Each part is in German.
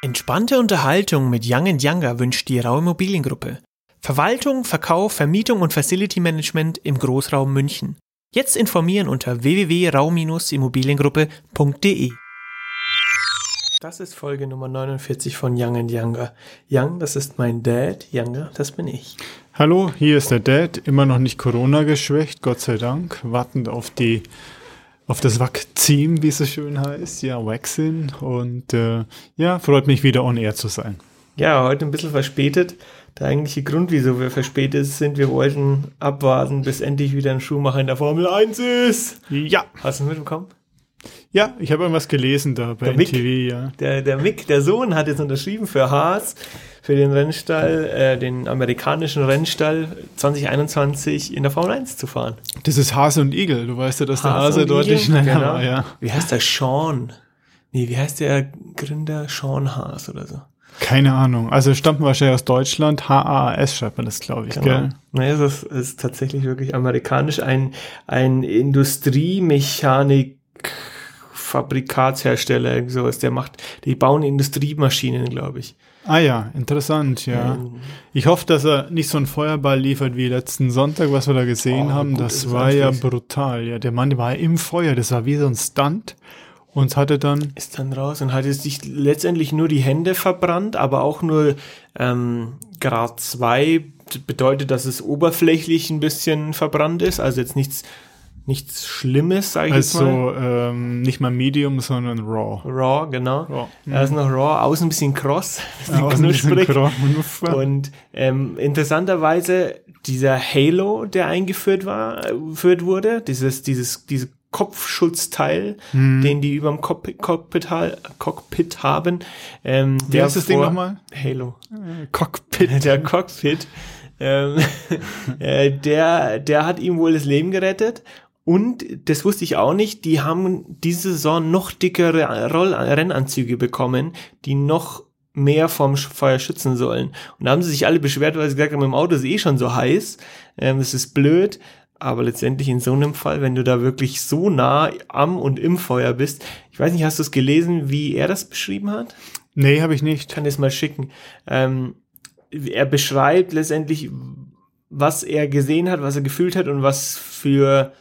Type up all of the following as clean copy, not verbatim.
Entspannte Unterhaltung mit Young & Younger wünscht die Rau Immobiliengruppe. Verwaltung, Verkauf, Vermietung und Facility Management im Großraum München. Jetzt informieren unter www.rau-immobiliengruppe.de. Das ist Folge Nummer 49 von Young & Younger. Young, das ist mein Dad. Younger, das bin ich. Hallo, hier ist der Dad. Immer noch nicht Corona geschwächt, Gott sei Dank. Wartend auf das Vakzin, wie es so schön heißt. Ja, Vaccine. Und freut mich wieder on air zu sein. Ja, heute ein bisschen verspätet. Der eigentliche Grund, wieso wir verspätet sind, wir wollten abwarten, bis endlich wieder ein Schuhmacher in der Formel 1 ist. Ja. Hast du mitbekommen? Ja, ich habe irgendwas gelesen da bei NTV, ja. Der Mick, der Sohn, hat jetzt unterschrieben für Haas, für den Rennstall, den amerikanischen Rennstall 2021 in der Formel 1 zu fahren. Das ist Hase und Igel. Du weißt ja, dass der Hase deutlich schneller war, ja. Wie heißt der? Wie heißt der Gründer? Sean Haas oder so. Keine Ahnung. Also stammt wahrscheinlich aus Deutschland. H-A-S schreibt man das, glaube ich, genau. Gell? Naja, das ist tatsächlich wirklich amerikanisch. Ein Industriemechanik Fabrikatshersteller, irgendwie sowas, die bauen Industriemaschinen, glaube ich. Ah ja, interessant, ja. Ich hoffe, dass er nicht so einen Feuerball liefert wie letzten Sonntag, was wir da gesehen haben. Gut, das war ja brutal, ja. Der Mann war im Feuer, das war wie so ein Stunt und ist dann raus und hatte sich letztendlich nur die Hände verbrannt, aber auch nur Grad 2 bedeutet, dass es oberflächlich ein bisschen verbrannt ist, also jetzt nichts Schlimmes, sage ich jetzt mal. Also nicht mal Medium, sondern Raw. Raw, genau. Raw. Er ist noch Raw, außen ein bisschen kross, knusprig. Und interessanterweise dieser Halo, der eingeführt wurde, diese Kopfschutzteil, den die über dem Cockpit haben. Wie heißt das Ding nochmal? Halo. Cockpit. Der Cockpit. Der hat ihm wohl das Leben gerettet. Und, das wusste ich auch nicht, die haben diese Saison noch dickere Rennanzüge bekommen, die noch mehr vom Feuer schützen sollen. Und da haben sie sich alle beschwert, weil sie gesagt haben, im Auto ist schon so heiß, das ist blöd. Aber letztendlich in so einem Fall, wenn du da wirklich so nah am und im Feuer bist, ich weiß nicht, hast du es gelesen, wie er das beschrieben hat? Nee, habe ich nicht. Ich kann das mal schicken. Er beschreibt letztendlich, was er gesehen hat, was er gefühlt hat und was für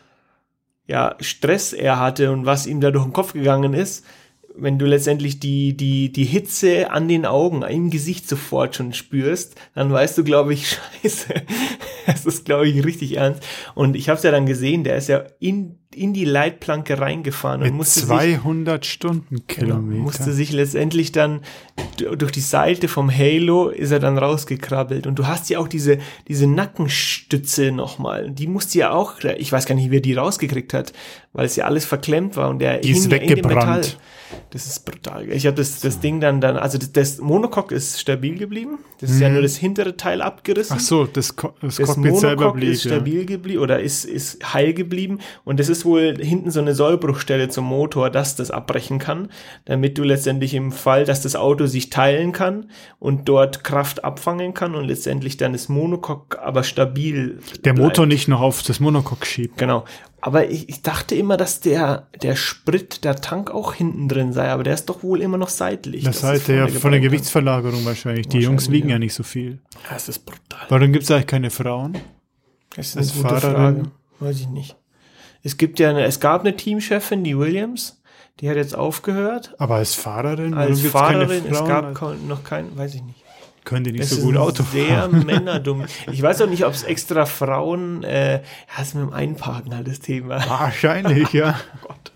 Stress er hatte und was ihm da durch den Kopf gegangen ist. Wenn du letztendlich die Hitze an den Augen, im Gesicht sofort schon spürst, dann weißt du, glaube ich, scheiße, das ist, glaube ich, richtig ernst. Und ich habe es ja dann gesehen, der ist ja in die Leitplanke reingefahren. Und musste 200 Stundenkilometer. Musste sich letztendlich dann durch die Seite vom Halo ist er dann rausgekrabbelt. Und du hast ja auch diese Nackenstütze nochmal. Die musste ja auch, ich weiß gar nicht, wie er die rausgekriegt hat, weil es ja alles verklemmt war und der die ist weggebrannt. Das ist brutal. Ich habe das Ding dann, also das Monocoque ist stabil geblieben. Das ist ja nur das hintere Teil abgerissen. Ach so, das Cockpit Monocoque selber blieb. Ist stabil geblieben oder ist heil geblieben. Und das ist wohl hinten so eine Sollbruchstelle zum Motor, dass das abbrechen kann, damit du letztendlich im Fall, dass das Auto sich teilen kann und dort Kraft abfangen kann und letztendlich dann das Monocoque aber stabil der Motor nicht noch auf das Monocoque schiebt. Genau. Aber ich dachte immer, dass der Sprit, der Tank auch hinten drin sei, aber der ist doch wohl immer noch seitlich. Das heißt ja von der Gewichtsverlagerung wahrscheinlich. Die Jungs wiegen ja nicht so viel. Ja, das ist brutal. Warum gibt es eigentlich keine Frauen? Das ist eine gute Frage. Weiß ich nicht. Es gab eine Teamchefin, die Williams, die hat jetzt aufgehört. Aber als Fahrerin? Als Fahrerin, es gab noch keinen, weiß ich nicht. Können die nicht so gut Auto fahren? Sehr männerdumm. Ich weiß auch nicht, ob es extra Frauen, ist mit dem Einparken halt das Thema. Wahrscheinlich, ja. Oh Gott.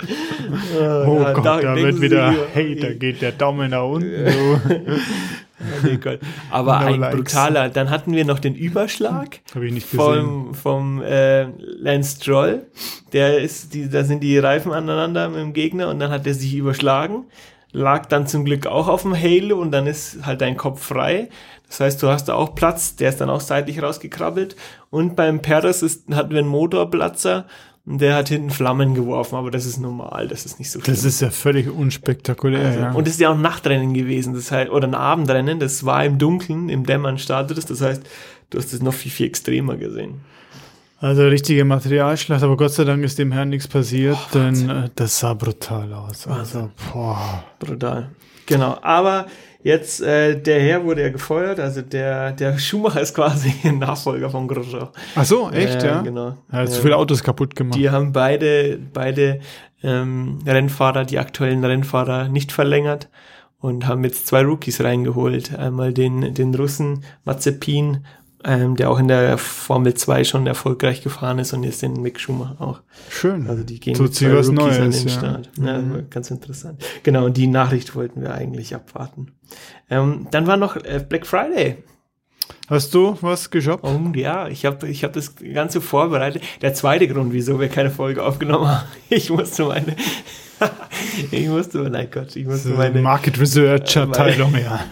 Da wird wieder, da geht der Daumen nach unten. So. Aber ein brutaler, dann hatten wir noch den Überschlag. Habe ich nicht gesehen. Vom Lance Stroll. Da sind die Reifen aneinander mit dem Gegner und dann hat er sich überschlagen. Lag dann zum Glück auch auf dem Halo und dann ist halt dein Kopf frei. Das heißt, du hast da auch Platz, der ist dann auch seitlich rausgekrabbelt. Und beim Perez hatten wir einen Motorplatzer und der hat hinten Flammen geworfen, aber das ist normal, das ist nicht so schlimm. Das ist ja völlig unspektakulär. Also, ja. Und es ist ja auch ein Nachtrennen gewesen, das heißt, oder ein Abendrennen, das war im Dunkeln, im Dämmern startet es, das heißt, du hast es noch viel, viel extremer gesehen. Also richtige Materialschlacht, aber Gott sei Dank ist dem Herrn nichts passiert, denn das sah brutal aus. Also, brutal. Genau, aber jetzt, der Herr wurde ja gefeuert, also der Schumacher ist quasi ein Nachfolger von Grosjean. Ach so, echt, ja? Genau. Er hat so viele Autos kaputt gemacht. Die haben beide Rennfahrer, die aktuellen Rennfahrer, nicht verlängert und haben jetzt 2 Rookies reingeholt. Einmal den Russen Mazepin, der auch in der Formel 2 schon erfolgreich gefahren ist, und jetzt den Mick Schumacher auch. Schön. Also die gehen mit 2 Rookies Neues, an den Start. Ja, ganz interessant. Genau, und die Nachricht wollten wir eigentlich abwarten. Dann war noch Black Friday. Hast du was geshoppt? Oh, ja, ich hab das Ganze vorbereitet. Der zweite Grund, wieso wir keine Folge aufgenommen haben, ich musste meine Market Research Abteilung,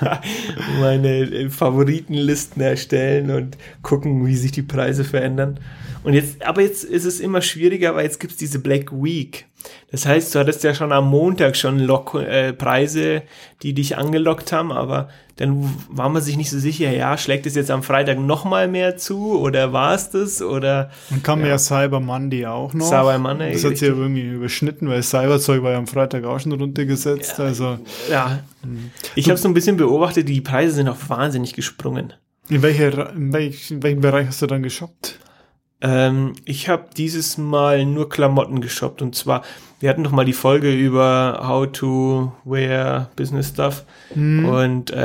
meine Favoritenlisten erstellen und gucken, wie sich die Preise verändern. Und jetzt ist es immer schwieriger, weil jetzt gibt's diese Black Week. Das heißt, du hattest ja schon am Montag schon Preise, die dich angelockt haben, aber dann war man sich nicht so sicher, ja, schlägt es jetzt am Freitag noch mal mehr zu, oder war es das, oder... Dann kam ja Cyber Monday auch noch. Cyber Monday. Das hat sich ja irgendwie überschnitten, weil Cyberzeug war ja am Freitag auch schon runtergesetzt, also... Ja, ich habe so ein bisschen beobachtet, die Preise sind auch wahnsinnig gesprungen. In welchem Bereich hast du dann geshoppt? Ich habe dieses Mal nur Klamotten geshoppt, und zwar, wir hatten doch mal die Folge über How to Wear Business Stuff, und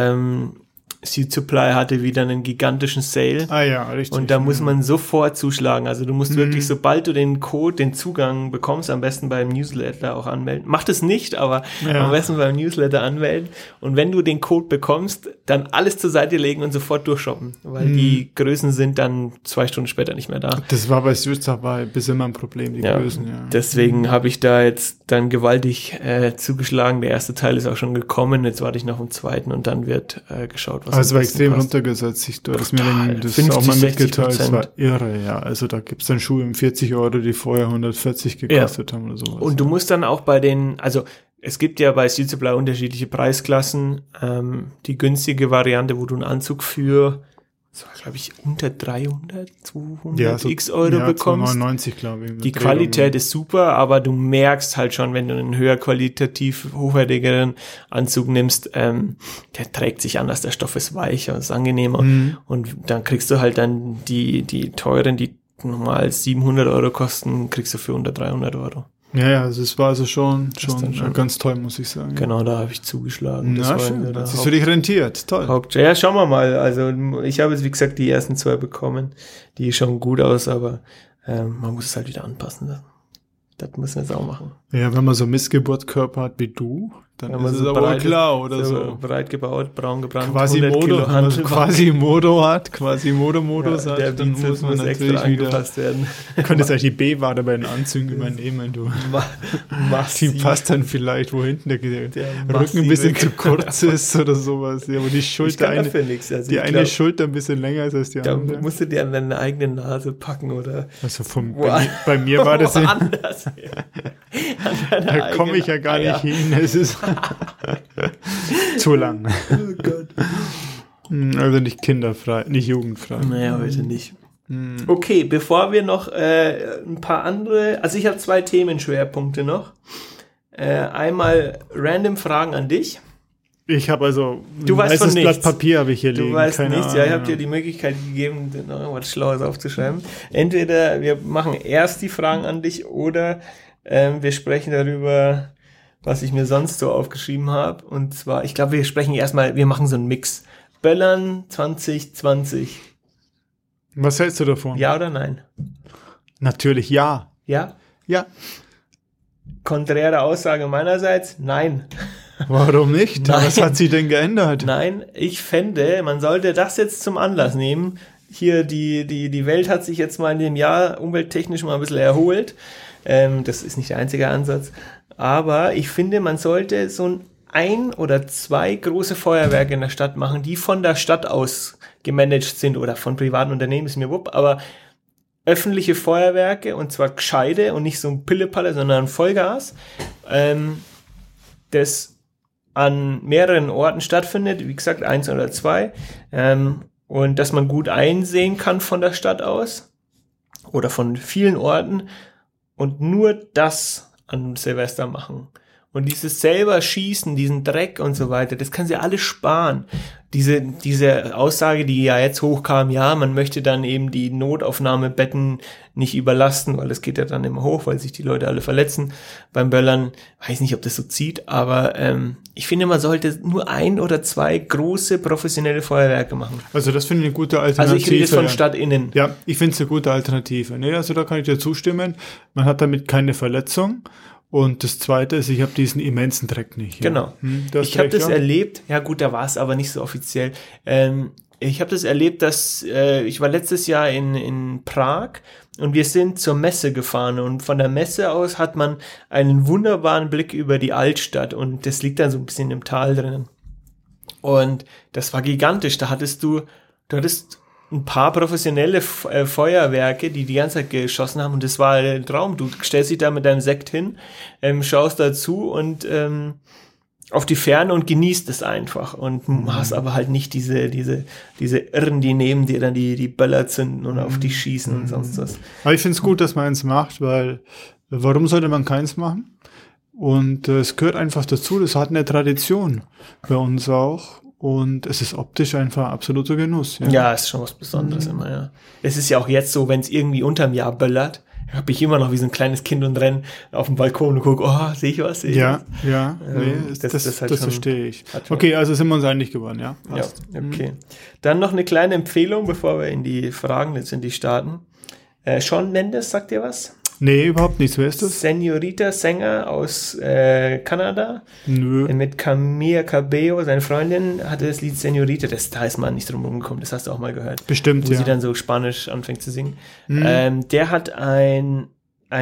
Suit Supply hatte wieder einen gigantischen Sale. Ah ja, richtig. Und da muss man sofort zuschlagen. Also du musst wirklich, sobald du den Code, den Zugang bekommst, am besten beim Newsletter auch anmelden. Mach das nicht, aber am besten beim Newsletter anmelden. Und wenn du den Code bekommst, dann alles zur Seite legen und sofort durchshoppen. Weil die Größen sind dann 2 Stunden später nicht mehr da. Das war bei Suit Supply bis immer ein Problem, die Größen, Deswegen habe ich da jetzt dann gewaltig zugeschlagen. Der erste Teil ist auch schon gekommen. Jetzt warte ich noch im zweiten, und dann wird geschaut, was also war extrem runtergesetzt. Du hast mir das 50, auch mal mitgeteilt. Das war irre, ja. Also da gibt's dann Schuhe um 40 €, die vorher 140 gekostet haben oder sowas. Und du musst dann auch also es gibt ja bei Suit Supply unterschiedliche Preisklassen. Die günstige Variante, wo du einen Anzug für, das war, glaube ich, unter 300, 200 Euro bekommst. 299, glaube ich. Die Qualität ist super, aber du merkst halt schon, wenn du einen höher qualitativ hochwertigeren Anzug nimmst, der trägt sich anders, der Stoff ist weicher, ist angenehmer. Und dann kriegst du halt dann die teuren, die normal 700 € kosten, kriegst du für unter 300 €. Ja, also es war also schon ganz toll, muss ich sagen. Genau, da habe ich zugeschlagen. Das war schön. Das ist für dich rentiert. Toll. Ja, schauen wir mal. Also ich habe jetzt, wie gesagt, die ersten 2 bekommen. Die schauen gut aus, aber man muss es halt wieder anpassen. Das müssen wir jetzt auch machen. Ja, wenn man so Missgeburtkörper hat wie du, dann ist es aber klar, oder so. Breit gebaut, braun gebrannt, Quasimodo hat, Quasimodo-Modus hat, der dann muss man natürlich angepasst werden. Du könntest eigentlich die B-Wade bei den Anzügen übernehmen, du. Die passt dann vielleicht, wo hinten der Rücken ein bisschen zu kurz ist oder sowas. Ja, wo die Schulter eine Schulter ein bisschen länger ist als die andere. Da musst du dir an deine eigene Nase packen, oder? Also bei mir war das anders. Da komme ich ja gar nicht hin. Es ist zu lang. Oh Gott. Also nicht kinderfrei, nicht jugendfrei. Naja, heute nicht. Okay, bevor wir noch ein paar andere, also ich habe 2 Themenschwerpunkte noch. Einmal random Fragen an dich. Ich habe also du weißt von nichts. Blatt Papier habe ich hier liegen. Du weißt nichts, ja, ich habe dir die Möglichkeit gegeben, noch was Schlaues aufzuschreiben. Entweder wir machen erst die Fragen an dich, oder wir sprechen darüber, was ich mir sonst so aufgeschrieben habe. Und zwar, ich glaube, wir machen so einen Mix. Böllern 2020. Was hältst du davon? Ja oder nein? Natürlich ja. Ja? Ja. Konträre Aussage meinerseits, nein. Warum nicht? Nein. Was hat sich denn geändert? Nein, ich fände, man sollte das jetzt zum Anlass nehmen. Hier, die Welt hat sich jetzt mal in dem Jahr umwelttechnisch mal ein bisschen erholt. Das ist nicht der einzige Ansatz. Aber ich finde, man sollte so ein oder 2 große Feuerwerke in der Stadt machen, die von der Stadt aus gemanagt sind oder von privaten Unternehmen, ist mir wupp, aber öffentliche Feuerwerke, und zwar gescheite und nicht so ein Pillepalle, sondern Vollgas, das an mehreren Orten stattfindet, wie gesagt 1 oder 2, und dass man gut einsehen kann von der Stadt aus oder von vielen Orten, und nur das an Silvester machen. Und dieses selber Schießen, diesen Dreck und so weiter, das kann sie alles sparen. Diese Aussage, die ja jetzt hochkam, ja, man möchte dann eben die Notaufnahmebetten nicht überlasten, weil das geht ja dann immer hoch, weil sich die Leute alle verletzen beim Böllern. Weiß nicht, ob das so zieht, aber ich finde, man sollte nur 1 oder 2 große professionelle Feuerwerke machen. Also das finde ich eine gute Alternative. Also ich rede jetzt von Stadtinnen. Ja, ich finde es eine gute Alternative. Nee, also da kann ich dir zustimmen. Man hat damit keine Verletzung. Und das Zweite ist, ich habe diesen immensen Dreck nicht. Ja. Genau. Ich habe das erlebt, ja gut, da war es aber nicht so offiziell. Ich habe das erlebt, dass ich war letztes Jahr in Prag und wir sind zur Messe gefahren und von der Messe aus hat man einen wunderbaren Blick über die Altstadt und das liegt dann so ein bisschen im Tal drinnen. Und das war gigantisch, du hattest ein paar professionelle Feuerwerke, die ganze Zeit geschossen haben und das war ein Traum. Du stellst dich da mit deinem Sekt hin, schaust dazu und auf die Ferne und genießt es einfach und hast aber halt nicht diese Irren, die neben dir dann die Böller zünden und auf dich schießen und sonst was. Aber ich finde es gut, dass man eins macht, weil warum sollte man keins machen? Und es gehört einfach dazu, das hat eine Tradition bei uns auch. Und es ist optisch einfach absoluter Genuss. Ja, ist schon was Besonderes immer, ja. Es ist ja auch jetzt so, wenn es irgendwie unterm Jahr böllert, habe ich immer noch wie so ein kleines Kind und renne auf den Balkon und gucke, oh, sehe ich was? Ja. Nee, das verstehe ich. Okay, also sind wir uns einig geworden, ja? Passt. Ja, okay. Dann noch eine kleine Empfehlung, bevor wir in die Fragen letztendlich starten. Shawn Mendes, sagt dir was? Nee, überhaupt nichts. Wer ist das? Senorita-Sänger aus Kanada. Nö. Mit Camila Cabello, seine Freundin, hatte das Lied Senorita. Da ist man nicht drum rumgekommen, das hast du auch mal gehört. Bestimmt, wo sie dann so Spanisch anfängt zu singen. Der hat eine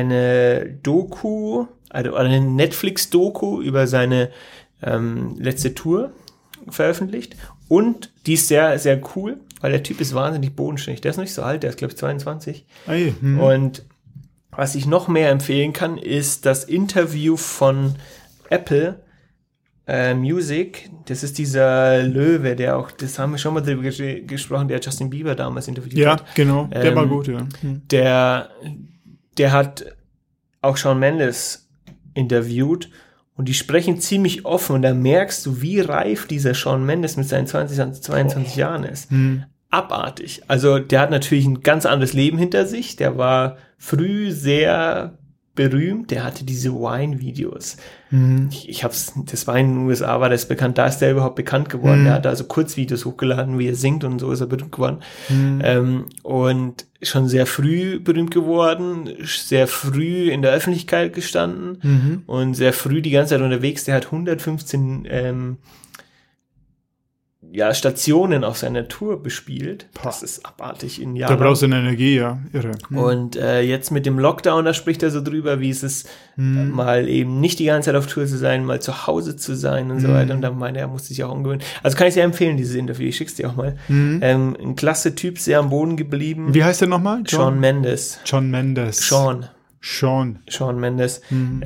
Doku, also eine Netflix-Doku über seine letzte Tour veröffentlicht. Und die ist sehr, sehr cool, weil der Typ ist wahnsinnig bodenständig. Der ist noch nicht so alt, der ist, glaube ich, 22. Und was ich noch mehr empfehlen kann, ist das Interview von Apple Music. Das ist dieser Löwe, der auch, das haben wir schon mal drüber gesprochen, der Justin Bieber damals interviewt hat. Ja, genau, der war gut, ja. Der hat auch Shawn Mendes interviewt und die sprechen ziemlich offen und da merkst du, wie reif dieser Shawn Mendes mit seinen 22 Jahren ist. Abartig. Also der hat natürlich ein ganz anderes Leben hinter sich. Der war früh sehr berühmt. Der hatte diese Wine-Videos. Das war in den USA, war das bekannt. Da ist der überhaupt bekannt geworden. Der hat also Kurzvideos hochgeladen, wie er singt und so ist er berühmt geworden. Und schon sehr früh berühmt geworden, sehr früh in der Öffentlichkeit gestanden und sehr früh die ganze Zeit unterwegs. Der hat 115 Stationen auf seiner Tour bespielt. Das ist abartig in Jahren. Da brauchst du eine Energie, ja. Irre. Und jetzt mit dem Lockdown, da spricht er so drüber, wie es ist, mal eben nicht die ganze Zeit auf Tour zu sein, mal zu Hause zu sein und so weiter. Und dann meinte er, muss sich auch umgewöhnen. Also kann ich sehr empfehlen, dieses Interview. Ich schick's dir auch mal. Ein klasse Typ, sehr am Boden geblieben. Wie heißt der nochmal? Shawn Mendes. Shawn Mendes.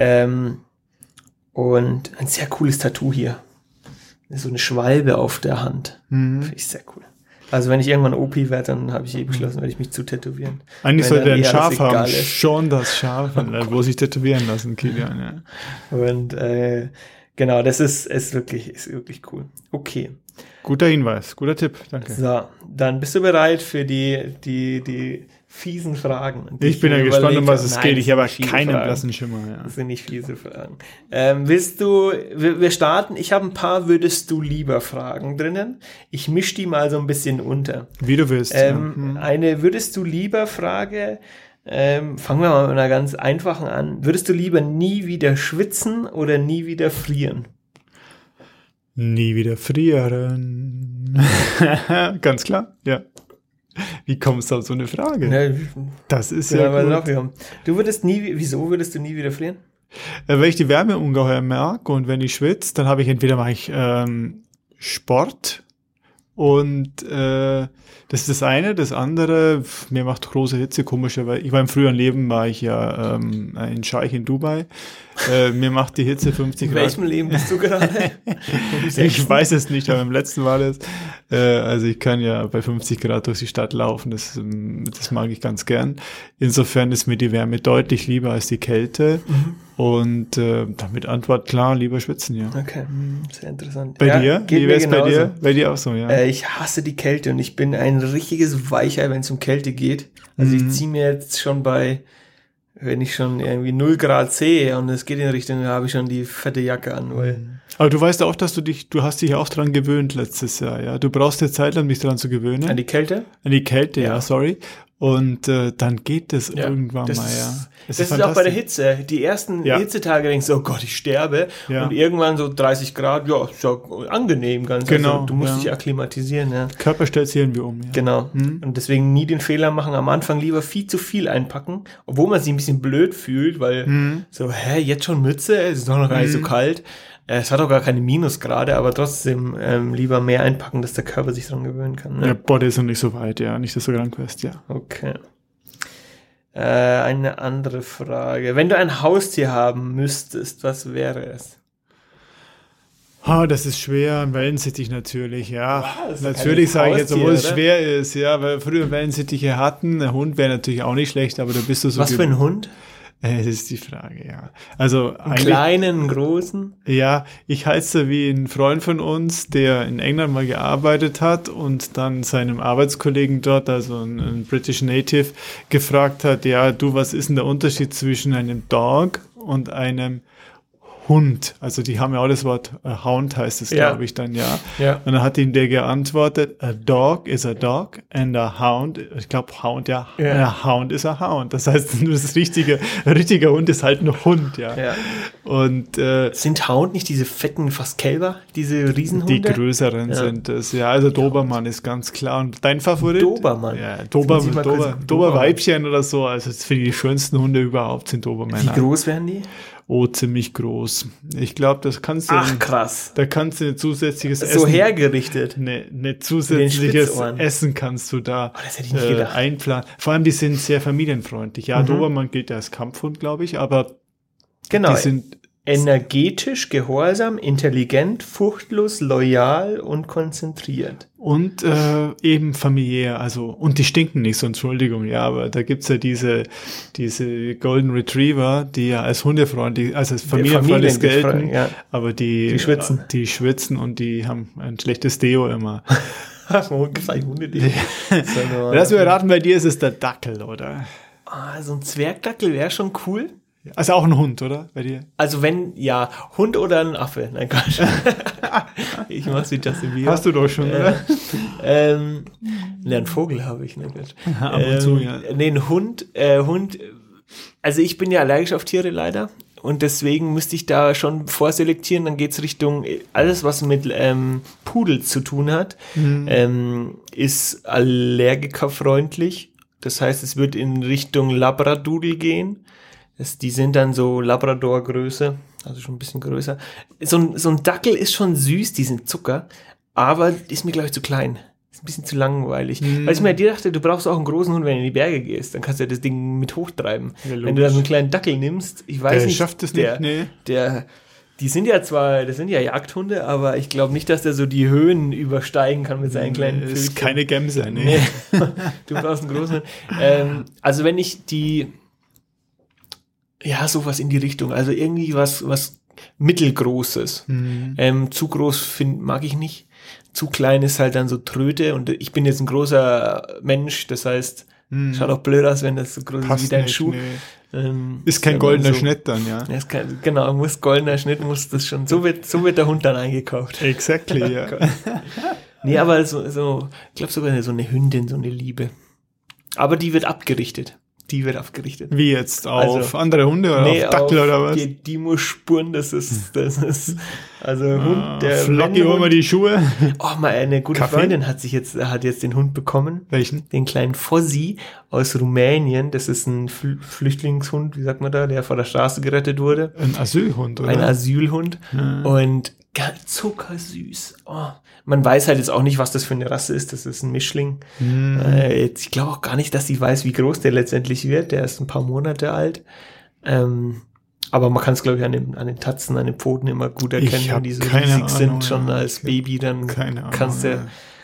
Und ein sehr cooles Tattoo hier. So eine Schwalbe auf der Hand. Finde ich sehr cool. Also wenn ich irgendwann OP werde, dann habe ich beschlossen, werde ich mich zu tätowieren. Eigentlich sollte er ein Schaf haben. Schon das Schaf, wo sich tätowieren lassen, Kilian. Ja. Und genau, das ist wirklich cool. Okay. Guter Hinweis, guter Tipp, danke. So, dann bist du bereit für die fiesen Fragen. Ich bin ja gespannt, um was es geht. Ich habe keinen blassen Schimmer. Ja. Das sind nicht fiese Fragen. Wir starten, ich habe ein paar Würdest du lieber Fragen drinnen. Ich mische die mal so ein bisschen unter. Wie du willst. Eine Würdest du lieber Frage, fangen wir mal mit einer ganz einfachen an. Würdest du lieber nie wieder schwitzen oder nie wieder frieren? Nie wieder frieren. Ganz klar, ja. Wie kommst du auf so eine Frage? Ja, das ist ja gut. Wieso würdest du nie wieder frieren? Weil ich die Wärme ungeheuer mag und wenn ich schwitze, dann habe ich entweder Sport und das ist das eine. Das andere, mir macht große Hitze komischerweise. Ich war im früheren Leben, war ich ja ein Scheich in Dubai. Mir macht die Hitze 50 Grad. In welchem Leben bist du gerade? Ich weiß es nicht, aber im letzten war das. Also ich kann ja bei 50 Grad durch die Stadt laufen, das mag ich ganz gern. Insofern ist mir die Wärme deutlich lieber als die Kälte. Und damit Antwort klar, lieber schwitzen, ja. Okay, sehr interessant. Bei dir? Wie wär's bei dir? Bei dir auch so, ja. Ich hasse die Kälte und ich bin ein richtiges Weichei, wenn es um Kälte geht. Also ich ziehe mir jetzt schon wenn ich schon irgendwie 0 Grad sehe und es geht in Richtung, da habe ich schon die fette Jacke an, weil... Aber du weißt auch, dass du hast dich auch dran gewöhnt letztes Jahr, ja. Du brauchst eine Zeit lang, dich dran zu gewöhnen. An die Kälte? An die Kälte, ja, sorry. Und dann geht das irgendwann mal, ja. Das ist auch bei der Hitze. Die ersten Hitzetage denkst du, oh Gott, ich sterbe. Ja. Und irgendwann so 30 Grad, ja, ist ja angenehm ganz. Genau. Also, du musst dich akklimatisieren, ja. Körper stellt sich irgendwie um, ja. Genau. Und deswegen nie den Fehler machen, am Anfang lieber viel zu viel einpacken, obwohl man sich ein bisschen blöd fühlt, weil jetzt schon Mütze, es ist doch noch gar nicht so kalt. Es hat auch gar keine Minusgrade, aber trotzdem lieber mehr einpacken, dass der Körper sich dran gewöhnen kann. Ne? Der Body ist noch nicht so weit, ja. Nicht, dass du krank wirst, ja. Okay. Eine andere Frage. Wenn du ein Haustier haben müsstest, was wäre es? Das ist schwer, ein Wellensittich natürlich, ja. Natürlich sage ich jetzt, obwohl es schwer ist, ja, weil früher Wellensittiche hatten. Ein Hund wäre natürlich auch nicht schlecht, aber da bist du so... Was für ein Hund? Das ist die Frage, ja. Also einen kleinen, einen großen? Ja, ich halte es wie ein Freund von uns, der in England mal gearbeitet hat und dann seinem Arbeitskollegen dort, also ein British Native, gefragt hat, ja, du, was ist denn der Unterschied zwischen einem Dog und einem Hund? Also die haben ja auch das Wort Hound heißt es, glaube ich, dann, ja. Und dann hat ihm der geantwortet, a dog is a dog and a hound, ich glaube Hound, a hound is a hound. Das heißt, ein richtiger Hund ist halt ein Hund, ja. Und sind Hound nicht diese fetten, fast Kälber, diese Riesenhunde? Die größeren sind es, ja. Also Dobermann ist ganz klar. Und dein Favorit? Dobermann. Ja, Doberweibchen oder so. Also für die schönsten Hunde überhaupt sind Dobermänner. Wie groß werden die? Oh, ziemlich groß. Ich glaube, das kannst du... Ach, krass. Da kannst du ein zusätzliches Essen... So hergerichtet. Ne zusätzliches Essen kannst du da das hätte ich nicht gedacht. einplanen. Vor allem, die sind sehr familienfreundlich. Ja, Dobermann gilt ja als Kampfhund, glaube ich, aber genau. Die sind energetisch, gehorsam, intelligent, furchtlos, loyal und konzentriert. Und eben familiär, also, und die stinken nicht so, Entschuldigung, ja, aber da gibt's ja diese Golden Retriever, die ja als hundefreundlich, also als familienfreundlich gelten, aber die schwitzen und die haben ein schlechtes Deo immer. Lass mir raten, bei dir ist es der Dackel, oder? So ein Zwergdackel wäre schon cool. Also auch ein Hund, oder? Bei dir? Also Hund oder ein Affe. Nein, Quatsch. Ich mach's wie Justin Bieber. Hast du doch schon, oder? Einen Vogel habe ich, ne? Ab und zu, ja. Nee, ein Hund. Also ich bin ja allergisch auf Tiere leider. Und deswegen müsste ich da schon vorselektieren. Dann geht's Richtung alles, was mit Pudels zu tun hat, ist allergikerfreundlich. Das heißt, es wird in Richtung Labradoodle gehen. Die sind dann so Labrador-Größe, also schon ein bisschen größer. So ein Dackel ist schon süß, die sind Zucker, aber ist mir, glaube ich, zu klein. Ist ein bisschen zu langweilig. Weil ich mir dir dachte, du brauchst auch einen großen Hund, wenn du in die Berge gehst. Dann kannst du ja das Ding mit hochtreiben. Ja, wenn du dann so einen kleinen Dackel nimmst, ich weiß nicht. Der schafft es nicht, nee. Die sind ja das sind ja Jagdhunde, aber ich glaube nicht, dass der so die Höhen übersteigen kann mit seinen kleinen Pfötchen. Ist keine Gemse, nee. Du brauchst einen großen Hund. Also wenn ich sowas in die Richtung. Also irgendwie was Mittelgroßes. Zu groß mag ich nicht. Zu klein ist halt dann so Tröte. Und ich bin jetzt ein großer Mensch, das heißt, schaut auch blöd aus, wenn das so groß ist wie dein Schuh. Nee. Ist kein goldener Schnitt dann, ja. Genau, goldener Schnitt muss das schon. So wird der Hund dann eingekauft. Exactly, ja. Nee, aber ich glaube sogar so eine Hündin, so eine Liebe. Aber die wird abgerichtet. Wie jetzt? Auf andere Hunde oder auf Dackel oder was? Die muss spuren, das ist also Hund, der Flocki, hol mal die Schuhe. Oh, mal eine gute Freundin hat jetzt den Hund bekommen. Welchen? Den kleinen Fossi aus Rumänien. Das ist ein Flüchtlingshund, wie sagt man da, der vor der Straße gerettet wurde. Ein Asylhund, oder? Ein Asylhund. Und zuckersüß. Oh. Man weiß halt jetzt auch nicht, was das für eine Rasse ist. Das ist ein Mischling. Ich glaube auch gar nicht, dass sie weiß, wie groß der letztendlich wird. Der ist ein paar Monate alt. Aber man kann es, glaube ich, an den Tatzen, an den Pfoten immer gut erkennen, wenn die so riesig sind, schon als Baby. Dann kannst du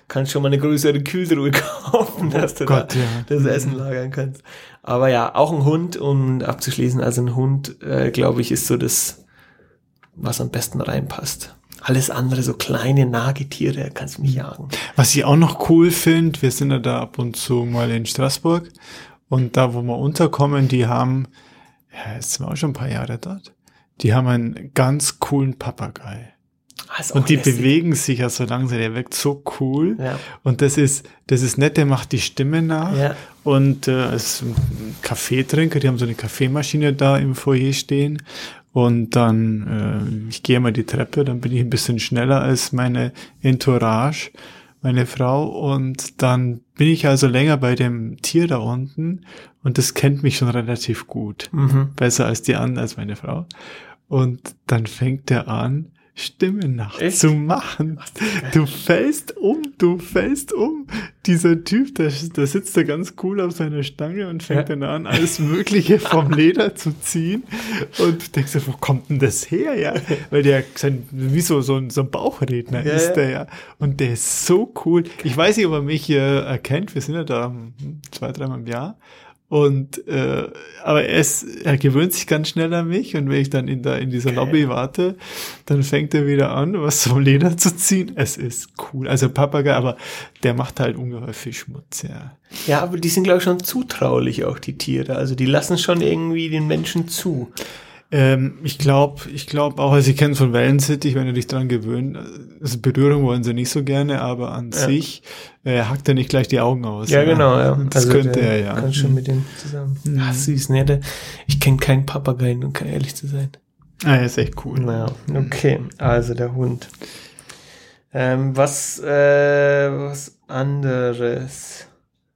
kannst schon mal eine größere Kühltruhe kaufen, dass du Gott, das Essen lagern kannst. Aber ja, auch ein Hund, um abzuschließen, also ein Hund, glaube ich, ist so das, was am besten reinpasst. Alles andere, so kleine Nagetiere, kannst du mich jagen. Was ich auch noch cool finde, wir sind ja da ab und zu mal in Straßburg und da, wo wir unterkommen, die haben, ja, jetzt sind wir auch schon ein paar Jahre dort, die haben einen ganz coolen Papagei. Und die lässig. Bewegen sich ja so langsam, der wirkt so cool. Ja. Und das ist nett, der macht die Stimme nach. Ja. Und ist ein Kaffeetrinker, die haben so eine Kaffeemaschine da im Foyer stehen. Und dann, ich gehe mal die Treppe, dann bin ich ein bisschen schneller als meine Entourage, meine Frau. Und dann bin ich also länger bei dem Tier da unten. Und das kennt mich schon relativ gut. Mhm. Besser als die anderen, als meine Frau. Und dann fängt der an, Stimmen nachzumachen. Du fällst um. Dieser Typ, der sitzt da ganz cool auf seiner Stange und fängt dann an, alles Mögliche vom Leder zu ziehen. Und du denkst dir, wo kommt denn das her? Ja? Weil der wie so ein Bauchredner ist der ja. Und der ist so cool. Ich weiß nicht, ob er mich erkennt. Wir sind ja da 2-3 Mal im Jahr. Und aber er gewöhnt sich ganz schnell an mich und wenn ich dann in dieser Lobby warte, dann fängt er wieder an, was vom Leder zu ziehen. Es ist cool. Also Papagei, aber der macht halt ungeheuer viel Schmutz, ja. Ja, aber die sind, glaube ich, schon zutraulich, auch die Tiere. Also die lassen schon irgendwie den Menschen zu. Ich glaube auch, also ich kenne es von Wellensittich, wenn du dich dran gewöhnt, also Berührung wollen sie nicht so gerne, aber an sich hackt er nicht gleich die Augen aus. Ja, genau, ja. Das also könnte er, ja. Kann schon mit denen zusammen. Ach, süß, ne? Ich kenne keinen Papageien, um ehrlich zu sein. Ah, er ist echt cool. Naja, okay, also der Hund. Was anderes?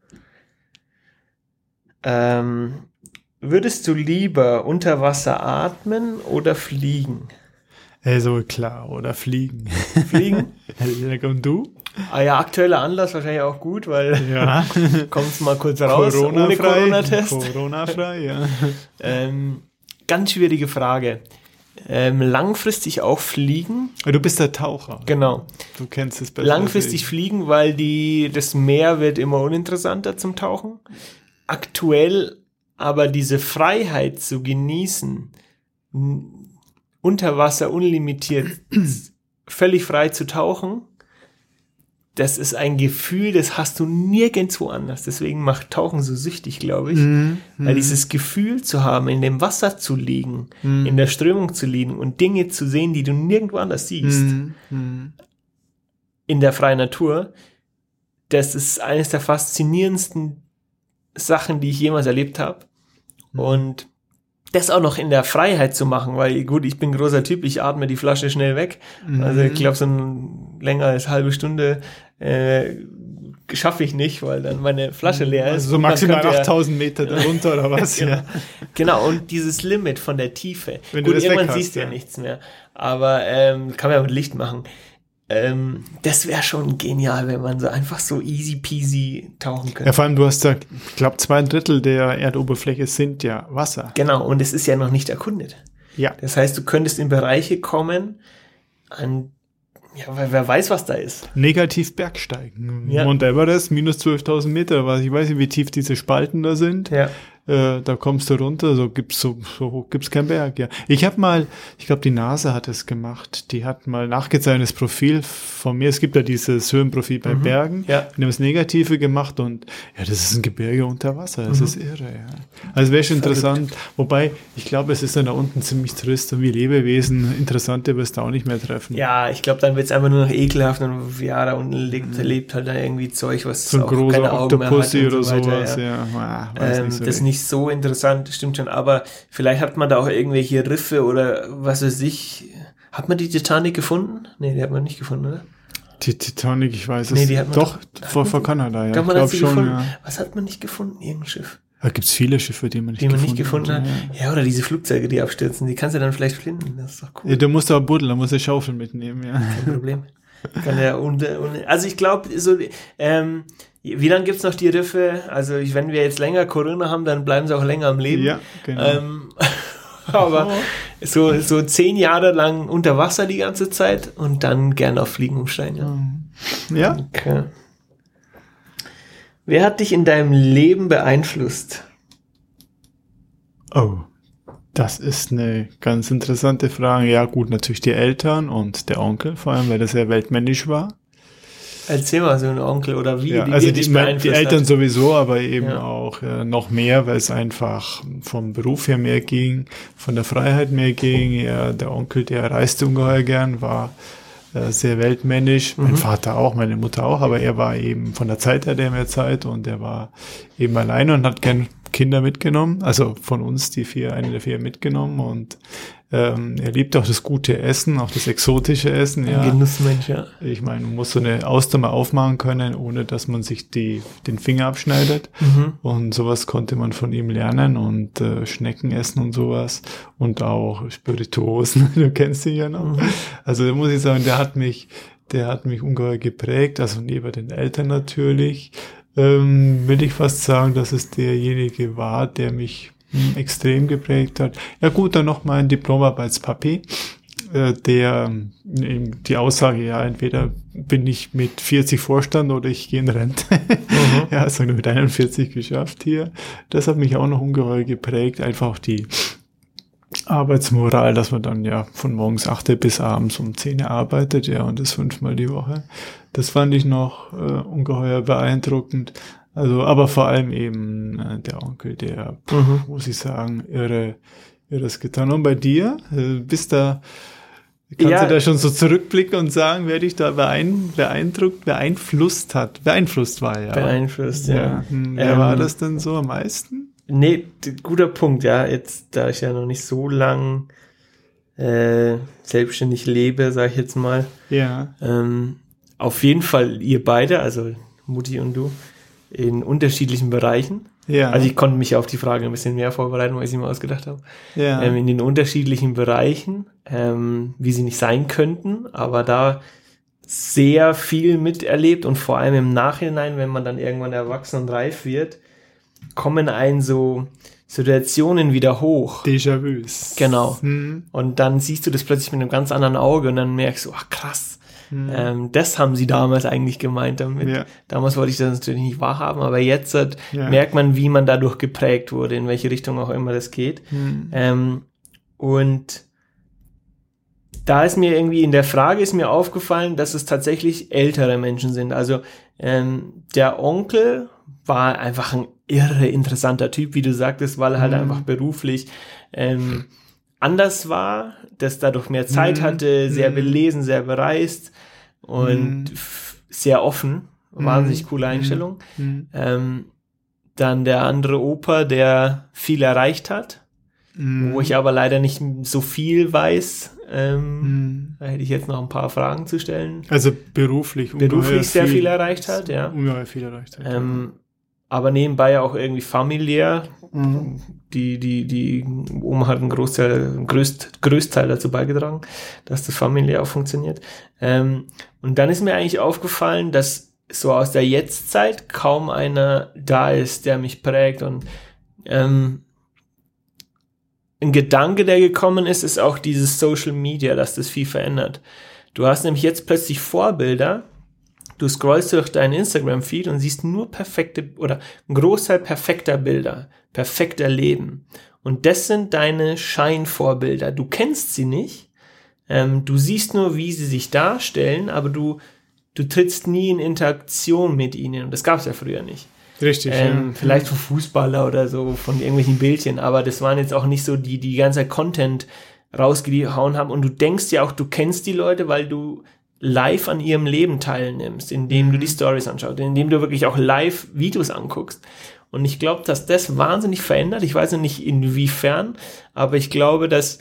Würdest du lieber unter Wasser atmen oder fliegen? Also klar, oder fliegen. Fliegen? Und du? Ah ja, aktueller Anlass wahrscheinlich auch gut, weil kommst mal kurz raus, ohne Corona-Test. Corona-frei, ja. Ganz schwierige Frage. Langfristig auch fliegen. Du bist der Taucher. Genau. Du kennst es besser. Langfristig fliegen, weil das Meer wird immer uninteressanter zum Tauchen. Aktuell aber diese Freiheit zu genießen, unter Wasser unlimitiert, völlig frei zu tauchen, das ist ein Gefühl, das hast du nirgendwo anders. Deswegen macht Tauchen so süchtig, glaube ich. Weil dieses Gefühl zu haben, in dem Wasser zu liegen, in der Strömung zu liegen und Dinge zu sehen, die du nirgendwo anders siehst, in der freien Natur, das ist eines der faszinierendsten Sachen, die ich jemals erlebt habe. Und das auch noch in der Freiheit zu machen, weil gut, ich bin ein großer Typ, ich atme die Flasche schnell weg. Also ich glaube, so länger als halbe Stunde schaffe ich nicht, weil dann meine Flasche leer ist. Also so maximal 8000 Meter darunter oder was? Genau. Ja. Genau, und dieses Limit von der Tiefe. Wenn gut, du das irgendwann siehst du ja nichts mehr. Aber kann man ja mit Licht machen. Das wäre schon genial, wenn man so einfach so easy peasy tauchen könnte. Ja, vor allem, du hast da, ich glaube, 2/3 der Erdoberfläche sind ja Wasser. Genau, und es ist ja noch nicht erkundet. Ja. Das heißt, du könntest in Bereiche kommen, weil wer weiß, was da ist. Negativ Bergsteigen. Ja. Mount Everest, minus 12.000 Meter, ich weiß nicht, wie tief diese Spalten da sind. Ja. Da kommst du runter, so hoch gibt's keinen Berg, ja. Ich glaube, die NASA hat es gemacht. Die hat mal nachgezeichnetes Profil von mir. Es gibt ja dieses Höhenprofil bei Bergen. Ja. Die haben das Negative gemacht und ja, das ist ein Gebirge unter Wasser. Das ist irre, ja. Also wäre schon interessant. Wobei, ich glaube, es ist dann da unten ziemlich trist und wie Lebewesen, interessante wirst du auch nicht mehr treffen. Ja, ich glaube, dann wird's einfach nur noch ekelhaft und ja, da unten lebt halt da irgendwie Zeug, was so ein auch großer keine Augen mehr hat oder so weiter, sowas, ja. Weiß nicht so das ist nicht so interessant, stimmt schon, aber vielleicht hat man da auch irgendwelche Riffe oder was weiß ich. Hat man die Titanic gefunden? Nee, die hat man nicht gefunden, oder? Die Titanic, ich weiß es. Nee, die hat man doch vor Kanada, ja. Ich glaube schon, gefunden. Ja. Was hat man nicht gefunden? Irgendein Schiff. Da gibt's viele Schiffe, die man nicht gefunden hat. Ja, oder diese Flugzeuge, die abstürzen, die kannst du dann vielleicht finden. Das ist doch cool. Ja, du musst aber buddeln, da musst du Schaufeln mitnehmen, ja. Kein Problem. Kann ja also ich glaube, so, wie lange gibt's noch die Riffe? Also wenn wir jetzt länger Corona haben, dann bleiben sie auch länger am Leben. Ja, genau. Aber so 10 Jahre lang unter Wasser die ganze Zeit und dann gerne auf Fliegen umsteigen. Ja. Okay. Wer hat dich in deinem Leben beeinflusst? Oh, das ist eine ganz interessante Frage. Ja gut, natürlich die Eltern und der Onkel, vor allem, weil er sehr weltmännisch war. Erzähl mal so einen Onkel oder wie, ja, wie also dich die Eltern hat. sowieso, aber eben auch noch mehr, weil es einfach vom Beruf her mehr ging, von der Freiheit mehr ging. Ja, der Onkel, der reiste ungeheuer gern, war sehr weltmännisch. Mein Vater auch, meine Mutter auch, aber er war eben von der Zeit her der mehr Zeit und er war eben alleine und hat gern Kinder mitgenommen, also von uns eine der 4 mitgenommen und er liebt auch das gute Essen, auch das exotische Essen. Ein Genussmensch, ja. Ich meine, man muss so eine Austern mal aufmachen können, ohne dass man sich den Finger abschneidet. Und sowas konnte man von ihm lernen und Schnecken essen und sowas und auch Spirituosen, du kennst ihn ja noch. Also da muss ich sagen, der hat mich ungeheuer geprägt, also neben den Eltern natürlich. Will ich fast sagen, dass es derjenige war, der mich extrem geprägt hat. Ja gut, dann noch mein Diplomarbeitspapi, der die Aussage, ja, entweder bin ich mit 40 Vorstand oder ich gehe in Rente. Ja, das habe ich mit 41 geschafft hier. Das hat mich auch noch ungeheuer geprägt, einfach auch die Arbeitsmoral, dass man dann ja von morgens 8 bis abends um 10 arbeitet, ja, und das 5-mal die Woche. Das fand ich noch ungeheuer beeindruckend. Also, aber vor allem eben der Onkel, der, muss ich sagen, irres getan. Und bei dir? Kannst du da schon so zurückblicken und sagen, wer dich da beeinflusst hat? Beeinflusst war, ja. Beeinflusst, ja. Wer war das denn so am meisten? Nee, guter Punkt, ja. Jetzt, da ich ja noch nicht so lang selbstständig lebe, sag ich jetzt mal. Ja. Auf jeden Fall ihr beide, also Mutti und du, in unterschiedlichen Bereichen. Ja. Also ich konnte mich auf die Frage ein bisschen mehr vorbereiten, weil ich sie mir ausgedacht habe. Ja. In den unterschiedlichen Bereichen, wie sie nicht sein könnten, aber da sehr viel miterlebt und vor allem im Nachhinein, wenn man dann irgendwann erwachsen und reif wird, kommen einen so Situationen wieder hoch. Déjà-vus. Genau. Und dann siehst du das plötzlich mit einem ganz anderen Auge und dann merkst du, ach krass, das haben sie damals eigentlich gemeint damit. Ja. Damals wollte ich das natürlich nicht wahrhaben, aber jetzt merkt man, wie man dadurch geprägt wurde, in welche Richtung auch immer das geht. Und da ist mir irgendwie in der Frage ist mir aufgefallen, dass es tatsächlich ältere Menschen sind. Also der Onkel war einfach ein irre interessanter Typ, wie du sagtest, weil er halt einfach beruflich anders war, das dadurch mehr Zeit hatte, sehr belesen, sehr bereist und sehr offen. Wahnsinnig coole Einstellung. Dann der andere Opa, der viel erreicht hat, wo ich aber leider nicht so viel weiß. Da hätte ich jetzt noch ein paar Fragen zu stellen. Also beruflich sehr viel erreicht hat, ja. Ungeheuer viel erreicht hat. Aber nebenbei auch irgendwie familiär. Die Oma hat einen Größteil dazu beigetragen, dass das familiär auch funktioniert. Und dann ist mir eigentlich aufgefallen, dass so aus der Jetztzeit kaum einer da ist, der mich prägt. Und ein Gedanke, der gekommen ist, ist auch dieses Social Media, dass das viel verändert. Du hast nämlich jetzt plötzlich Vorbilder. Du scrollst durch deinen Instagram-Feed und siehst nur perfekte oder einen Großteil perfekter Bilder, perfekter Leben. Und das sind deine Scheinvorbilder. Du kennst sie nicht. Du siehst nur, wie sie sich darstellen, aber du trittst nie in Interaktion mit ihnen. Und das gab es ja früher nicht. Richtig, vielleicht von Fußballer oder so, von irgendwelchen Bildchen, aber das waren jetzt auch nicht so die ganze Content rausgehauen haben. Und du denkst ja auch, du kennst die Leute, weil du live an ihrem Leben teilnimmst, indem du die Stories anschaust, indem du wirklich auch live Videos anguckst. Und ich glaube, dass das wahnsinnig verändert. Ich weiß noch nicht inwiefern, aber ich glaube, dass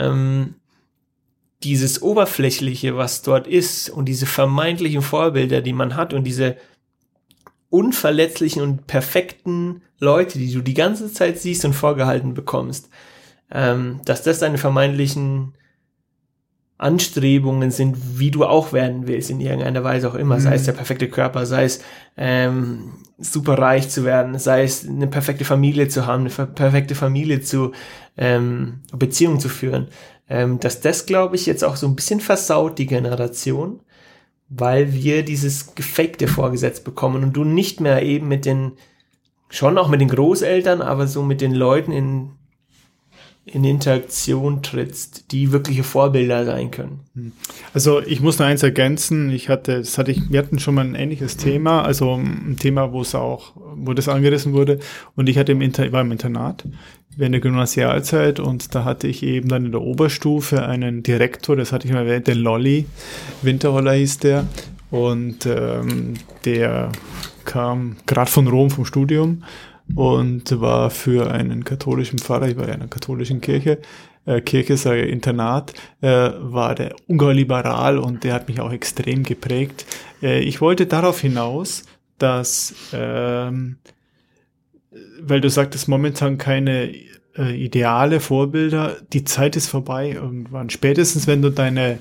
dieses Oberflächliche, was dort ist und diese vermeintlichen Vorbilder, die man hat und diese unverletzlichen und perfekten Leute, die du die ganze Zeit siehst und vorgehalten bekommst, dass das deine vermeintlichen Anstrebungen sind, wie du auch werden willst, in irgendeiner Weise auch immer. Sei es der perfekte Körper, sei es super reich zu werden, sei es eine perfekte Familie zu haben, eine perfekte Familie zu Beziehung zu führen. Dass das, glaube ich, jetzt auch so ein bisschen versaut, die Generation, weil wir dieses Gefakte vorgesetzt bekommen und du nicht mehr eben schon auch mit den Großeltern, aber so mit den Leuten in Interaktion trittst, die wirkliche Vorbilder sein können. Also ich muss noch eins ergänzen, wir hatten schon mal ein ähnliches Thema, also ein Thema, wo das angerissen wurde, und ich war im Internat während der Gymnasialzeit, und da hatte ich eben dann in der Oberstufe einen Direktor, das hatte ich mal erwähnt, den Lolli Winterholler hieß der, und der kam gerade von Rom vom Studium und war für einen katholischen Pfarrer, ich war ja in einer katholischen Kirche sage ich, Internat, war der ungeheuer liberal, und der hat mich auch extrem geprägt. Ich wollte darauf hinaus, dass, weil du sagtest, momentan keine ideale Vorbilder, die Zeit ist vorbei irgendwann. Spätestens, wenn du deine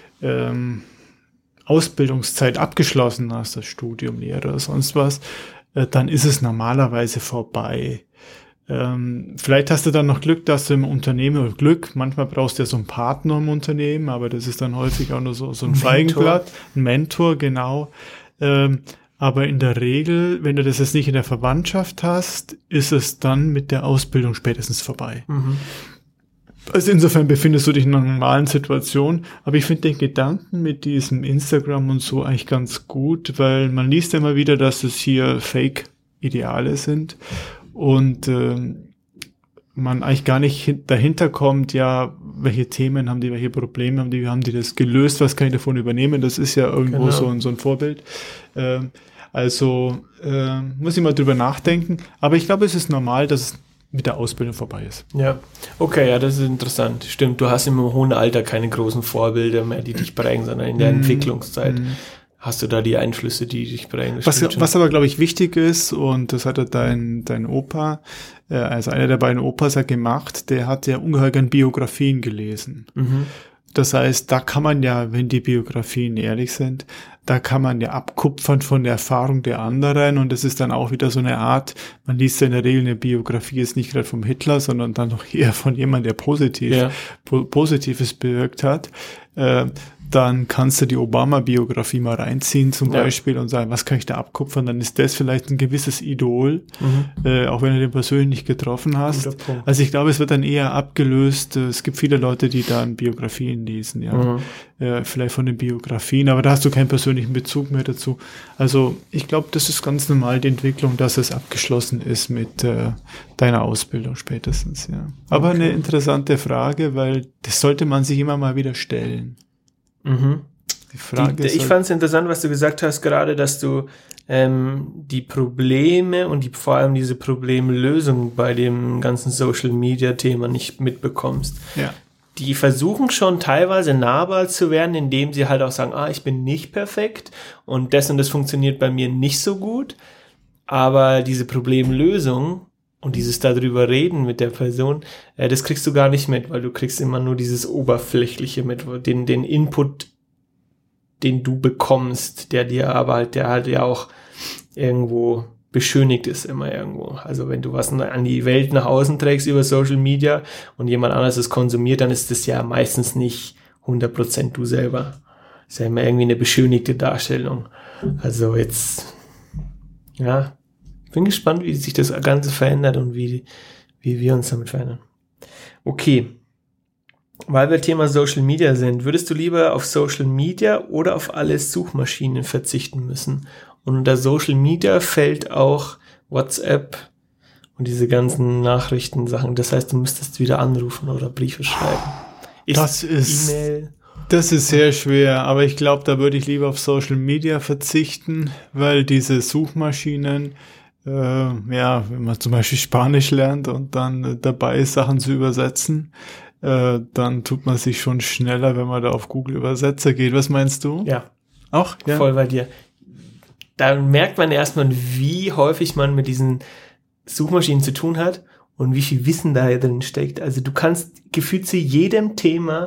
Ausbildungszeit abgeschlossen hast, das Studium, Lehre oder sonst was, dann ist es normalerweise vorbei. Vielleicht hast du dann noch Glück, dass du im Unternehmen, manchmal brauchst du ja so einen Partner im Unternehmen, aber das ist dann häufig auch nur so ein Feigenblatt, ein Mentor, genau. Aber in der Regel, wenn du das jetzt nicht in der Verwandtschaft hast, ist es dann mit der Ausbildung spätestens vorbei. Also insofern befindest du dich in einer normalen Situation, aber ich finde den Gedanken mit diesem Instagram und so eigentlich ganz gut, weil man liest ja immer wieder, dass es hier Fake-Ideale sind und man eigentlich gar nicht dahinter kommt, ja, welche Themen haben die, welche Probleme haben die, wie haben die das gelöst, was kann ich davon übernehmen, das ist ja irgendwo so ein Vorbild. Muss ich mal drüber nachdenken, aber ich glaube, es ist normal, dass es mit der Ausbildung vorbei ist. Ja, okay, ja, das ist interessant. Stimmt, du hast im hohen Alter keine großen Vorbilder mehr, die dich prägen, sondern in der Entwicklungszeit hast du da die Einflüsse, die dich prägen. Was aber, glaube ich, wichtig ist, und das hatte dein Opa, also einer der beiden Opas hat gemacht, der hat ja ungeheuer gern Biografien gelesen. Das heißt, da kann man ja, wenn die Biografien ehrlich sind, da kann man ja abkupfern von der Erfahrung der anderen, und das ist dann auch wieder so eine Art, man liest ja in der Regel eine Biografie jetzt nicht gerade vom Hitler, sondern dann noch eher von jemandem, der Positives bewirkt hat. Dann kannst du die Obama-Biografie mal reinziehen zum Beispiel und sagen, was kann ich da abkupfern? Dann ist das vielleicht ein gewisses Idol, auch wenn du den persönlich nicht getroffen hast. Also ich glaube, es wird dann eher abgelöst. Es gibt viele Leute, die dann Biografien lesen, vielleicht von den Biografien, aber da hast du keinen persönlichen Bezug mehr dazu. Also ich glaube, das ist ganz normal die Entwicklung, dass es abgeschlossen ist mit deiner Ausbildung spätestens, ja. Aber eine interessante Frage, weil das sollte man sich immer mal wieder stellen. Die Frage ich fand es interessant, was du gesagt hast gerade, dass du die Probleme und vor allem diese Problemlösung bei dem ganzen Social-Media-Thema nicht mitbekommst. Ja. Die versuchen schon teilweise nahbar zu werden, indem sie halt auch sagen, ich bin nicht perfekt und das funktioniert bei mir nicht so gut, aber diese Problemlösung und dieses darüber reden mit der Person, das kriegst du gar nicht mit, weil du kriegst immer nur dieses Oberflächliche mit, den Input, den du bekommst, der halt ja auch irgendwo beschönigt ist immer irgendwo. Also wenn du was an die Welt nach außen trägst über Social Media und jemand anderes es konsumiert, dann ist das ja meistens nicht 100% du selber. Ist ja immer irgendwie eine beschönigte Darstellung. Also jetzt, ja, bin gespannt, wie sich das Ganze verändert und wie wir uns damit verändern. Okay, weil wir Thema Social Media sind, würdest du lieber auf Social Media oder auf alle Suchmaschinen verzichten müssen? Und unter Social Media fällt auch WhatsApp und diese ganzen Nachrichtensachen. Das heißt, du müsstest wieder anrufen oder Briefe schreiben. Das ist sehr schwer, aber ich glaube, da würde ich lieber auf Social Media verzichten, weil diese Suchmaschinen, wenn man zum Beispiel Spanisch lernt und dann dabei ist, Sachen zu übersetzen, dann tut man sich schon schneller, wenn man da auf Google Übersetzer geht. Was meinst du? Ja. Auch? Ja. Voll bei dir. Da merkt man erstmal, wie häufig man mit diesen Suchmaschinen zu tun hat und wie viel Wissen da drin steckt. Also du kannst gefühlt zu jedem Thema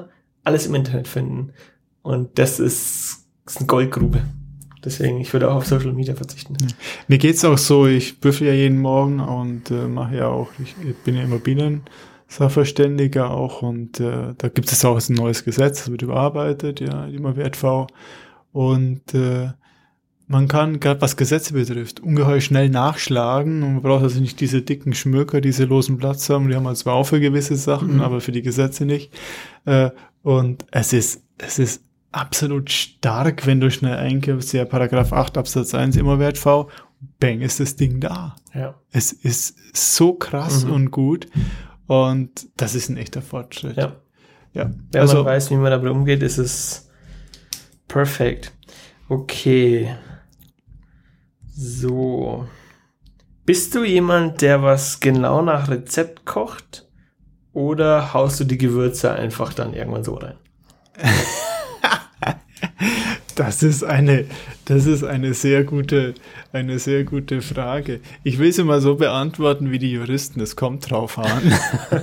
alles im Internet finden. Und das ist eine Goldgrube. Deswegen, ich würde auch auf Social Media verzichten. Mir geht's auch so, ich büffel ja jeden Morgen und mache ja auch, ich bin ja Immobilien-Sachverständiger auch und da gibt es auch ein neues Gesetz, das wird überarbeitet, ja, die Immobilienwertv. Und man kann, gerade was Gesetze betrifft, ungeheuer schnell nachschlagen und man braucht also nicht diese dicken Schmöker, diese losen Platz haben, die haben wir zwar auch für gewisse Sachen, aber für die Gesetze nicht. Und es ist absolut stark, wenn du schnell eingibst, ja, Paragraph 8 Absatz 1 Immobilienwertv, bang, ist das Ding da. Ja. Es ist so krass und gut und das ist ein echter Fortschritt. Ja. Ja. Wenn man weiß, wie man damit umgeht, ist es perfekt. Okay. So. Bist du jemand, der was genau nach Rezept kocht oder haust du die Gewürze einfach dann irgendwann so rein? Das ist eine sehr gute Frage. Ich will sie mal so beantworten wie die Juristen. Es kommt drauf an.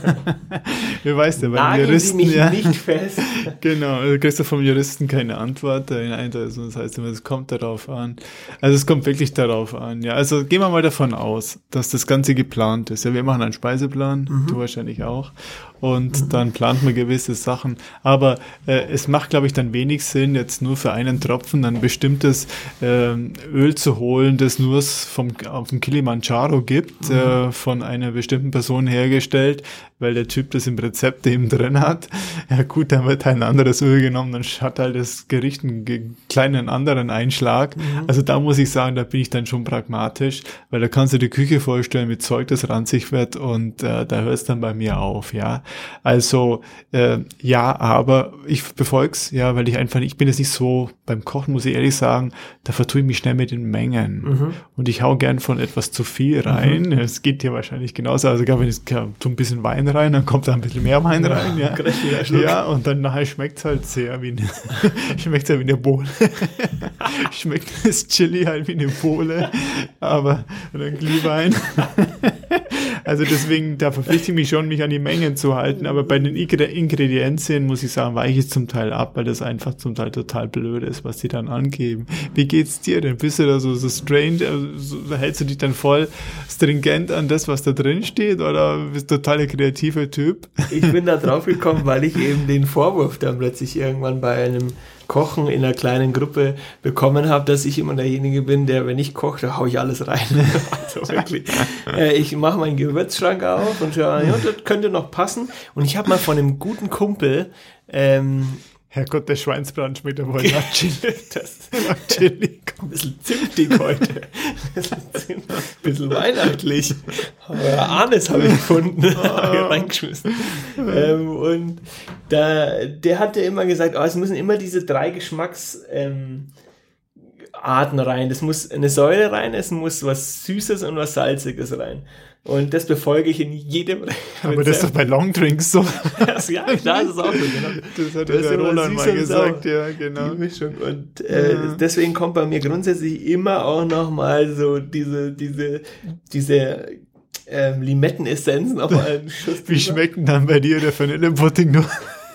Du weißt ja, bei den Juristen mich nicht fest. Genau, du kriegst ja vom Juristen keine Antwort. Das heißt immer, es kommt darauf an. Also es kommt wirklich darauf an. Ja, also gehen wir mal davon aus, dass das Ganze geplant ist. Ja, wir machen einen Speiseplan, du wahrscheinlich auch. Und dann plant man gewisse Sachen. Aber es macht, glaube ich, dann wenig Sinn, jetzt nur für einen Tropfen ein bestimmtes Öl zu holen, das nur auf dem Kilimanjaro gibt, von einer bestimmten Person hergestellt, weil der Typ das im Rezept eben drin hat. Ja gut, dann wird halt ein anderes Öl genommen, dann hat halt das Gericht einen kleinen anderen Einschlag. Also da muss ich sagen, da bin ich dann schon pragmatisch, weil da kannst du die Küche vorstellen mit Zeug, das ranzig wird und da hört es dann bei mir auf, ja. Also ja, aber ich befolg's, ja, weil ich bin jetzt nicht so beim Kochen, muss ich ehrlich sagen, da vertue ich mich schnell mit den Mengen und ich hau gern von etwas zu viel rein. Es geht dir wahrscheinlich genauso, also gar wenn ich tu ein bisschen Wein rein, dann kommt da ein bisschen mehr Wein rein, ja. Ja, und dann nachher schmeckt's halt sehr wie eine Bohle. Schmeckt das Chili halt wie eine Bohle, aber dann Glühwein. Also deswegen, da verpflichte ich mich schon, mich an die Mengen zu halten, aber bei den Ingredienzien muss ich sagen, weiche ich zum Teil ab, weil das einfach zum Teil total blöd ist, was die dann angeben. Wie geht's dir denn? Bist du da so strange, hältst du dich dann voll stringent an das, was da drin steht, oder bist du total der kreative Typ? Ich bin da drauf gekommen, weil ich eben den Vorwurf dann plötzlich irgendwann bei einem Kochen in einer kleinen Gruppe bekommen habe, dass ich immer derjenige bin, der, wenn ich koche, da hau ich alles rein. Also wirklich. Ich mache meinen Gewürzschrank auf und schaue, ja, das könnte noch passen. Und ich habe mal von einem guten Kumpel Herrgott, der Schweinsbraten schmeckt aber nach Chili. Nach Chili. Ein bisschen zimtig heute. Ein bisschen weihnachtlich. Aber Anis habe ich gefunden. Reingeschmissen. Und der hatte immer gesagt, es müssen immer diese 3 Geschmacksarten rein. Es muss eine Säure rein, es muss was Süßes und was Salziges rein. Und das befolge ich in jedem Rezept. Aber das ist doch bei Longdrinks so. Ja, klar, das ist auch so, genau. Das hat der Roland mal gesagt, ja, genau. Die Mischung. Und deswegen kommt bei mir grundsätzlich immer auch nochmal so diese Limettenessenzen auf einen Schuss. Wie schmecken dann bei dir der Vanillepudding nur?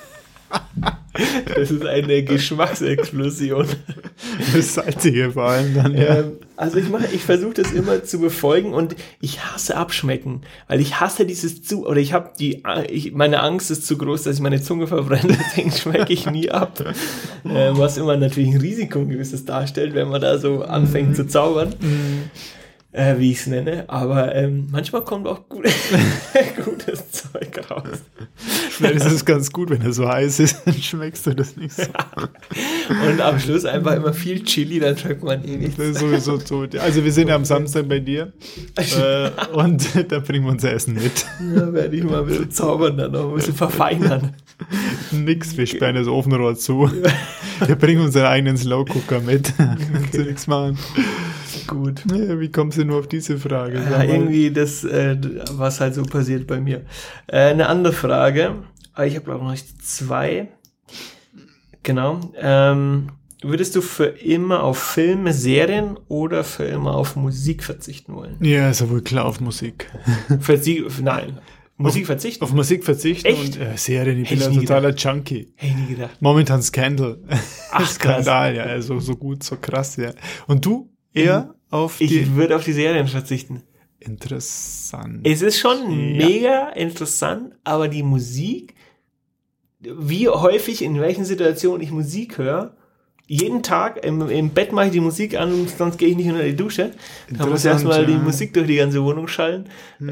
Das ist eine Geschmacksexplosion. Das Salzige vor allem dann, ja. Also ich versuche das immer zu befolgen und ich hasse Abschmecken, weil ich hasse meine Angst ist zu groß, dass ich meine Zunge verbrenne, deswegen schmecke ich nie ab. Was immer natürlich ein Risiko ein gewisses darstellt, wenn man da so anfängt zu zaubern. Wie ich es nenne, aber manchmal kommt auch gutes Zeug raus. Vielleicht ist es ganz gut, wenn er so heiß ist, dann schmeckst du das nicht so. Und am Schluss einfach immer viel Chili, dann schmeckt man eh nichts. Das ist sowieso tot. Also wir sind ja am Samstag bei dir und da bringen wir unser Essen mit. Ja, werde ich mal ein bisschen zaubern, dann noch ein bisschen verfeinern. Nix, wir sperren das Ofenrohr zu. Wir bringen unseren eigenen Slow-Cooker mit. Kannst du nichts machen. Gut. Ja, wie kommst du nur auf diese Frage? Ja, irgendwie das, was halt so passiert bei mir. Eine andere Frage, aber ich habe glaube noch 2. Genau. Würdest du für immer auf Filme, Serien oder für immer auf Musik verzichten wollen? Ja, ist ja wohl klar auf Musik. Nein. Musik verzichten? Auf Musik verzichten. Echt? Und Serien, ich bin ja totaler Junkie. Hätte ich nie gedacht. Momentan Scandal. Ach, Skandal, ja, also so gut, so krass, ja. Und du? Eher auf die... Ich würde auf die Serien verzichten. Interessant. Es ist schon mega interessant, aber die Musik, wie häufig, in welchen Situationen ich Musik höre, jeden Tag im Bett mache ich die Musik an und sonst gehe ich nicht unter die Dusche. Da muss erstmal die Musik durch die ganze Wohnung schallen.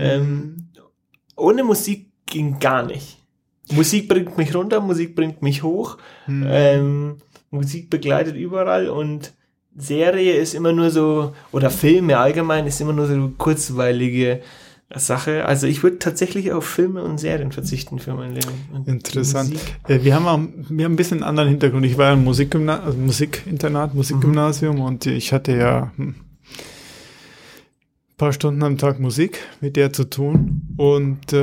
Ohne Musik ging gar nicht. Musik bringt mich runter, Musik bringt mich hoch. Musik begleitet überall und Serie ist immer nur so, oder Filme allgemein ist immer nur so eine kurzweilige Sache. Also ich würde tatsächlich auf Filme und Serien verzichten für mein Leben. Und interessant. Wir haben ein bisschen einen anderen Hintergrund. Ich war im Musikinternat, Musikgymnasium und ich hatte ja ein paar Stunden am Tag Musik mit der zu tun und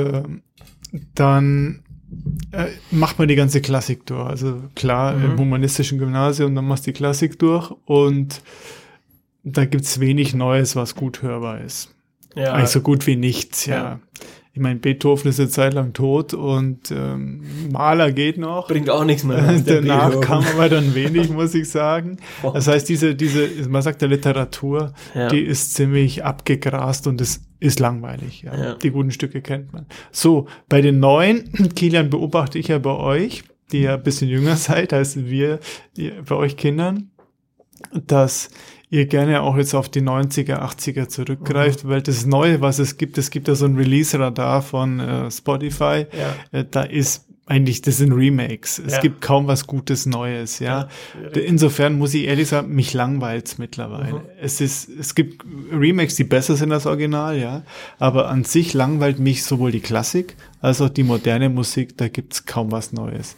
dann macht man die ganze Klassik durch. Also klar, im humanistischen Gymnasium, dann machst du die Klassik durch und da gibt's wenig Neues, was gut hörbar ist. Ja. Eigentlich so gut wie nichts, ja. Ich meine, Beethoven ist eine Zeit lang tot und Mahler geht noch. Bringt auch nichts mehr. Danach kam aber dann wenig, muss ich sagen. Das heißt, diese, man sagt der Literatur, die ist ziemlich abgegrast und es ist langweilig. Ja. Die guten Stücke kennt man. So, bei den neuen, Kilian, beobachte ich ja bei euch, die ja ein bisschen jünger seid als bei euch Kindern, dass ihr gerne auch jetzt auf die 90er, 80er zurückgreift, weil das Neue, was es gibt ja so ein Release-Radar von Spotify, da ist eigentlich, das sind Remakes. Es gibt kaum was Gutes Neues, ja. Insofern muss ich ehrlich sagen, mich langweilt's mittlerweile. Es gibt Remakes, die besser sind als Original, ja. Aber an sich langweilt mich sowohl die Klassik als auch die moderne Musik, da gibt's kaum was Neues.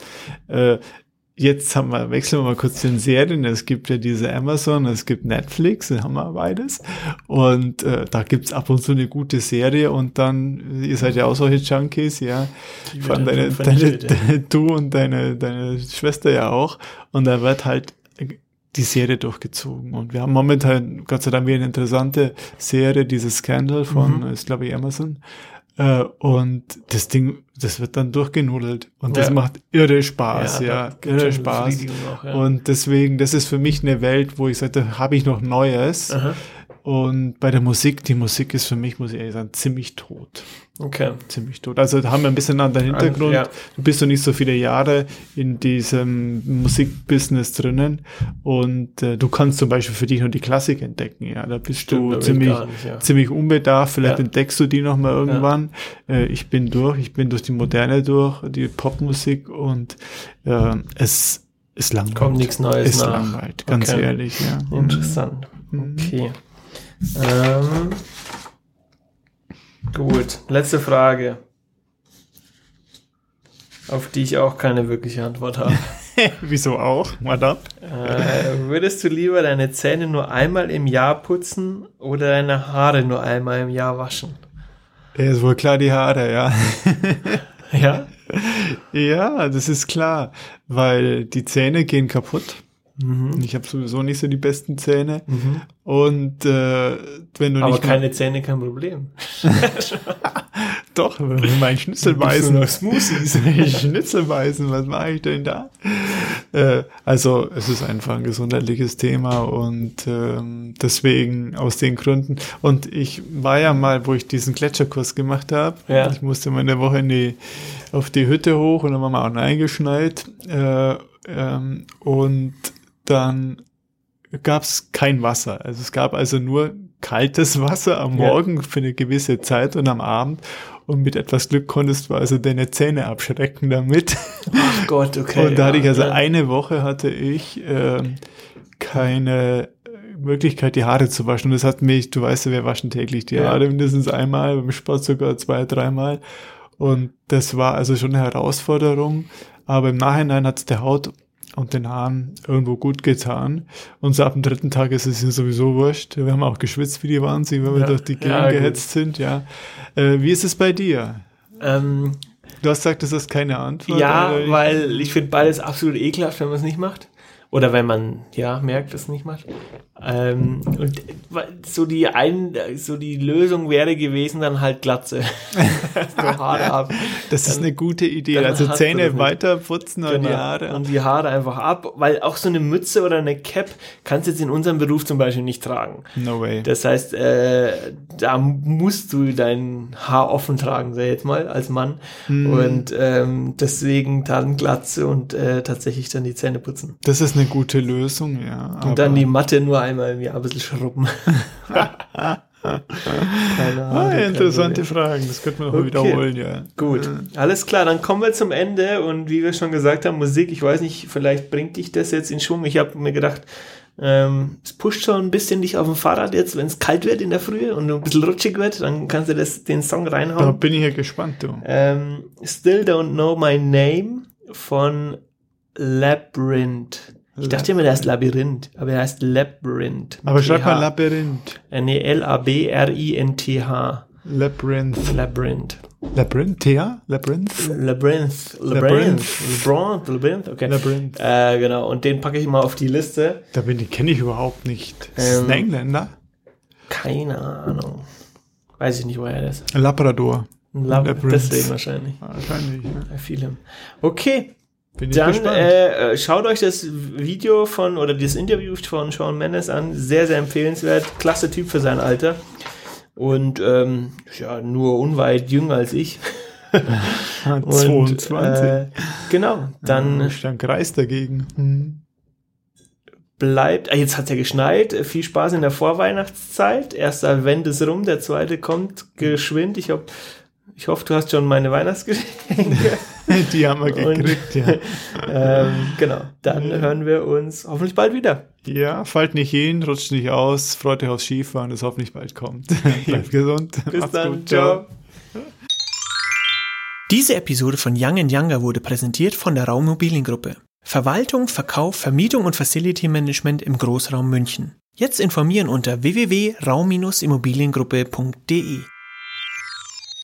Jetzt wechseln wir mal kurz zu den Serien. Es gibt ja diese Amazon, es gibt Netflix, da haben wir beides. Und da gibt's ab und zu eine gute Serie und dann, ihr seid ja auch solche Junkies, ja. Vor allem du und deine Schwester ja auch. Und da wird halt die Serie durchgezogen. Und wir haben momentan, Gott sei Dank, wieder eine interessante Serie, dieses Scandal von, ist glaube ich Amazon. Und das Ding, das wird dann durchgenudelt und das macht irre Spaß, irre Spaß. Auch, und deswegen, das ist für mich eine Welt, wo ich sage, da habe ich noch Neues. Aha. Und bei der Musik, die Musik ist für mich, muss ich ehrlich sagen, ziemlich tot. Okay. Ziemlich tot. Also da haben wir ein bisschen anderen Hintergrund. Du bist noch nicht so viele Jahre in diesem Musikbusiness drinnen und du kannst zum Beispiel für dich noch die Klassik entdecken. Ja, da bist du ziemlich unbedarft. Vielleicht entdeckst du die noch mal irgendwann. Ich bin durch die Moderne durch, die Popmusik und es ist langweilig. Kommt nichts Neues nach. Es langweilig, ganz ehrlich. Ja. Interessant. Okay. Gut, letzte Frage, auf die ich auch keine wirkliche Antwort habe. Wieso auch? Madame? Würdest du lieber deine Zähne nur einmal im Jahr putzen oder deine Haare nur einmal im Jahr waschen? Ja, ist wohl klar die Haare, ja. Ja? Ja, das ist klar, weil die Zähne gehen kaputt. Ich habe sowieso nicht so die besten Zähne. Und wenn du aber nicht keine Zähne, kein Problem. Doch, wenn wir meinen Schnitzel beißen. Noch Smoothies. Schnitzel beißen, was mache ich denn da? Also es ist einfach ein gesundheitliches Thema und deswegen aus den Gründen. Und ich war ja mal, wo ich diesen Gletscherkurs gemacht habe. Ich musste mal eine Woche auf die Hütte hoch und dann waren wir auch eingeschneit. Und dann gab es kein Wasser. Also es gab also nur kaltes Wasser am Morgen für eine gewisse Zeit und am Abend. Und mit etwas Glück konntest du also deine Zähne abschrecken damit. Ach Gott, okay. Und da hatte ich also eine Woche hatte ich keine Möglichkeit, die Haare zu waschen. Und das hat mich, du weißt ja, wir waschen täglich die Haare mindestens einmal, beim Sport sogar 2-, 3-mal. Und das war also schon eine Herausforderung. Aber im Nachhinein hat es der Haut und den Haaren irgendwo gut getan. Und so ab dem 3. Tag ist es ja sowieso wurscht. Wir haben auch geschwitzt wie die Wahnsinn, weil wir durch die Gegend gehetzt sind. Ja. Wie ist es bei dir? Du hast gesagt, das ist keine Antwort. Ja, weil ich finde beides absolut ekelhaft, wenn man es nicht macht. Oder wenn man, merkt, dass es nicht macht. Und so die Lösung wäre gewesen, dann halt Glatze. Haare ab. Das ist eine gute Idee. Also Zähne weiter putzen und die Haare. Und die Haare einfach ab, weil auch so eine Mütze oder eine Cap kannst du jetzt in unserem Beruf zum Beispiel nicht tragen. No way. Das heißt, da musst du dein Haar offen tragen, sag ich jetzt mal, als Mann. Und deswegen dann Glatze und tatsächlich dann die Zähne putzen. Das ist eine gute Lösung, ja. Und dann die Matte nur einmal im Jahr ein bisschen schrubben. Keine Ahnung. Interessante Fragen, das könnte man noch wiederholen, ja. Gut, alles klar, dann kommen wir zum Ende und wie wir schon gesagt haben, Musik, ich weiß nicht, vielleicht bringt dich das jetzt in Schwung. Ich habe mir gedacht, es pusht schon ein bisschen dich auf dem Fahrrad jetzt, wenn es kalt wird in der Früh und ein bisschen rutschig wird, dann kannst du den Song reinhauen. Da bin ich ja gespannt, du. Still Don't Know My Name von Labyrinth. Ich dachte immer, der heißt Labyrinth, aber er heißt Labyrinth. Aber schreib mal Labyrinth. Nee, L-A-B-R-I-N-T-H. Labyrinth. Labyrinth. Labyrinth? Thea? Labyrinth? Labyrinth. Okay. Labyrinth. Genau, und den packe ich mal auf die Liste. Kenne ich überhaupt nicht. Ist das ein Engländer? Keine Ahnung. Weiß ich nicht, woher er ist. Labrador. Deswegen wahrscheinlich. Wahrscheinlich, ja. Bei vielem. Okay. Bin ich Dann gespannt. Schaut euch das Video oder das Interview von Shawn Mendes an. Sehr, sehr empfehlenswert. Klasse Typ für sein Alter. Und nur unweit jünger als ich. 22. Genau. Dann stand Kreis dagegen. Bleibt. Jetzt hat es ja geschneit. Viel Spaß in der Vorweihnachtszeit. Erster Advent ist rum, der zweite kommt geschwind. Ich hoffe, du hast schon meine Weihnachtsgeschenke. Die haben wir gekriegt, ja. Genau. Dann hören wir uns hoffentlich bald wieder. Ja, fallt nicht hin, rutscht nicht aus, freut euch aufs Skifahren, das hoffentlich bald kommt. Bleibt gesund. Bis Macht's dann. gut. Ciao. Diese Episode von Young & Younger wurde präsentiert von der Raum Immobiliengruppe. Verwaltung, Verkauf, Vermietung und Facility Management im Großraum München. Jetzt informieren unter www.raum-immobiliengruppe.de.